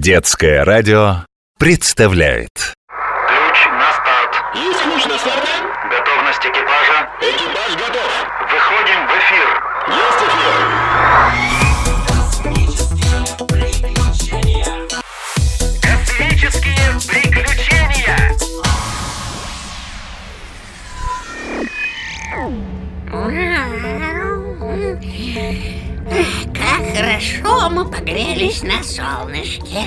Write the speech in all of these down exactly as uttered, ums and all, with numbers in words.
Детское радио представляет. Ключ на старт. Есть ключ на старт? Готовность экипажа. Экипаж готов. Выходим в эфир. Есть эфир. Космические приключения. Как хорошо мы погрелись на солнышке.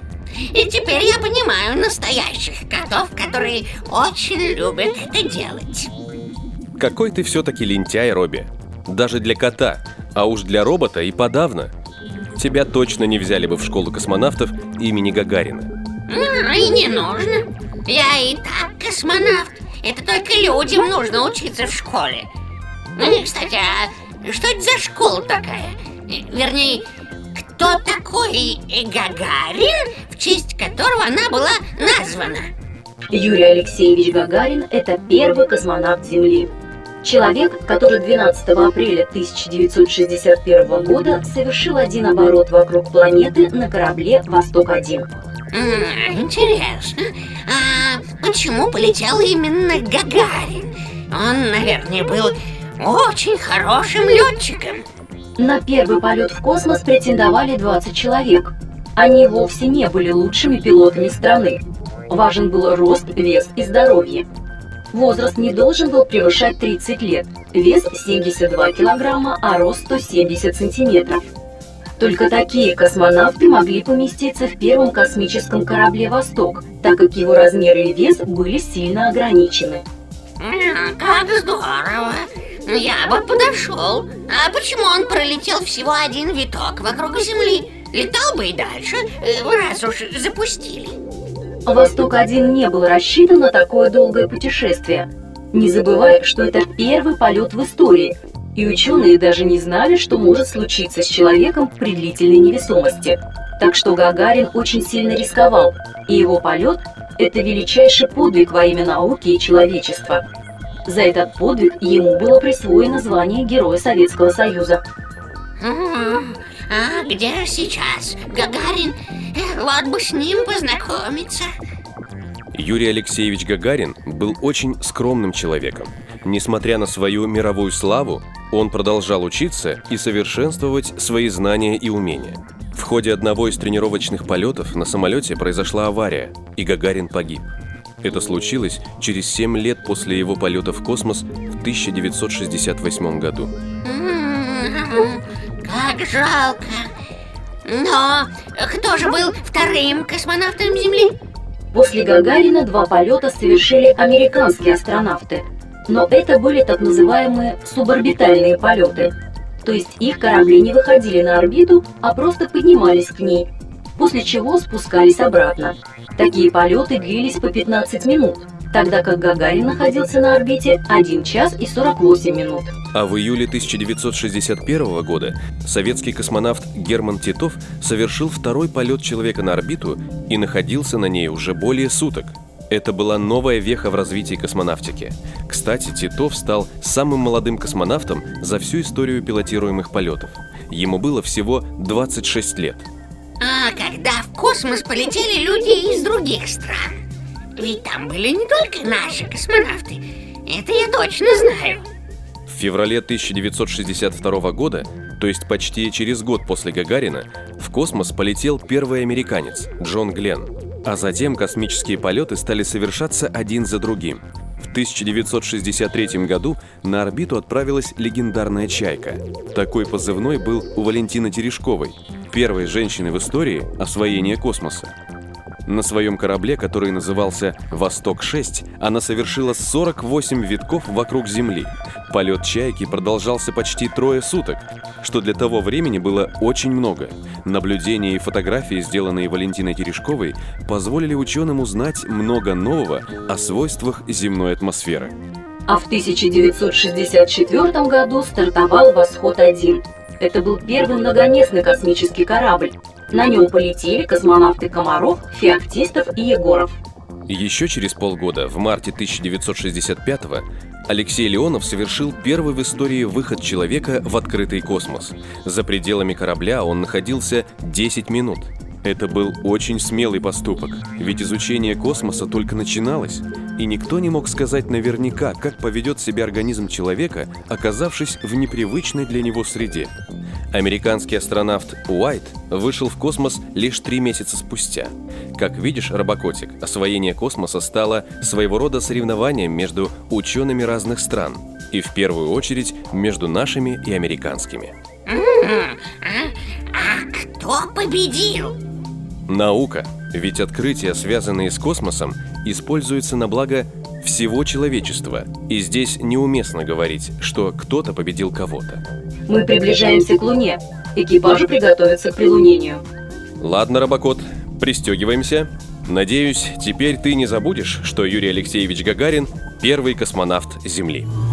И теперь я понимаю настоящих котов, которые очень любят это делать. Какой ты все-таки лентяй, Робби. Даже для кота, а уж для робота и подавно. Тебя точно не взяли бы в школу космонавтов имени Гагарина. Ну, и не нужно. Я и так космонавт. Это только людям нужно учиться в школе. Ну, кстати, а что это за школа такая? Вернее, кто такой Гагарин, в честь которого она была названа? Юрий Алексеевич Гагарин – это первый космонавт Земли. Человек, который двенадцатого апреля тысяча девятьсот шестьдесят первого года совершил один оборот вокруг планеты на корабле «Восток-один». М, Интересно, а почему полетел именно Гагарин? Он, наверное, был очень хорошим летчиком. На первый полет в космос претендовали двадцать человек. Они вовсе не были лучшими пилотами страны. Важен был рост, вес и здоровье. Возраст не должен был превышать тридцать лет, вес семьдесят два килограмма, а рост сто семьдесят сантиметров. Только такие космонавты могли поместиться в первом космическом корабле «Восток», так как его размеры и вес были сильно ограничены. М, Как здорово! Я бы подошел. А почему он пролетел всего один виток вокруг Земли? Летал бы и дальше, э, раз уж запустили. «Восток-один» не был рассчитан на такое долгое путешествие. Не забывай, что это первый полет в истории, и ученые даже не знали, что может случиться с человеком при длительной невесомости. Так что Гагарин очень сильно рисковал, и его полет – это величайший подвиг во имя науки и человечества. За этот подвиг ему было присвоено звание Героя Советского Союза. М, А где же сейчас Гагарин? Э, Вот бы с ним познакомиться. Юрий Алексеевич Гагарин был очень скромным человеком. Несмотря на свою мировую славу, он продолжал учиться и совершенствовать свои знания и умения. В ходе одного из тренировочных полетов на самолете произошла авария, и Гагарин погиб. Это случилось через семь лет после его полета в космос в тысяча девятьсот шестьдесят восьмом году. М, Как жалко. Но кто же был вторым космонавтом Земли? После Гагарина два полета совершили американские астронавты. Но это были так называемые суборбитальные полеты. То есть их корабли не выходили на орбиту, а просто поднимались к ней, после чего спускались обратно. Такие полеты длились по пятнадцать минут, тогда как Гагарин находился на орбите один час и сорок восемь минут. А в июле тысяча девятьсот шестьдесят первого года советский космонавт Герман Титов совершил второй полет человека на орбиту и находился на ней уже более суток. Это была новая веха в развитии космонавтики. Кстати, Титов стал самым молодым космонавтом за всю историю пилотируемых полетов. Ему было всего двадцать шесть лет. А когда в космос полетели люди из других стран? Ведь там были не только наши космонавты. Это я точно знаю. В феврале тысяча девятьсот шестьдесят второго года, то есть почти через год после Гагарина, в космос полетел первый американец Джон Гленн. А затем космические полеты стали совершаться один за другим. В тысяча девятьсот шестьдесят третьем году на орбиту отправилась легендарная «Чайка». Такой позывной был у Валентины Терешковой, первой женщины в истории освоения космоса. На своем корабле, который назывался «Восток-шесть», она совершила сорок восемь витков вокруг Земли. Полет «Чайки» продолжался почти трое суток, что для того времени было очень много. Наблюдения и фотографии, сделанные Валентиной Терешковой, позволили ученым узнать много нового о свойствах земной атмосферы. А в тысяча девятьсот шестьдесят четвёртом году стартовал «Восход-один». Это был первый многоместный космический корабль. На нем полетели космонавты Комаров, Феоктистов и Егоров. Еще через полгода, в марте тысяча девятьсот шестьдесят пятого, Алексей Леонов совершил первый в истории выход человека в открытый космос. За пределами корабля он находился десять минут. Это был очень смелый поступок, ведь изучение космоса только начиналось, и никто не мог сказать наверняка, как поведет себя организм человека, оказавшись в непривычной для него среде. Американский астронавт Уайт вышел в космос лишь три месяца спустя. Как видишь, Робокотик, освоение космоса стало своего рода соревнованием между учеными разных стран, и в первую очередь между нашими и американскими. М, А, а кто победил? Наука, ведь открытия, связанные с космосом, используются на благо всего человечества, и здесь неуместно говорить, что кто-то победил кого-то. Мы приближаемся к Луне. Экипажу приготовиться к прилунению. Ладно, Робокот, пристегиваемся. Надеюсь, теперь ты не забудешь, что Юрий Алексеевич Гагарин – первый космонавт Земли.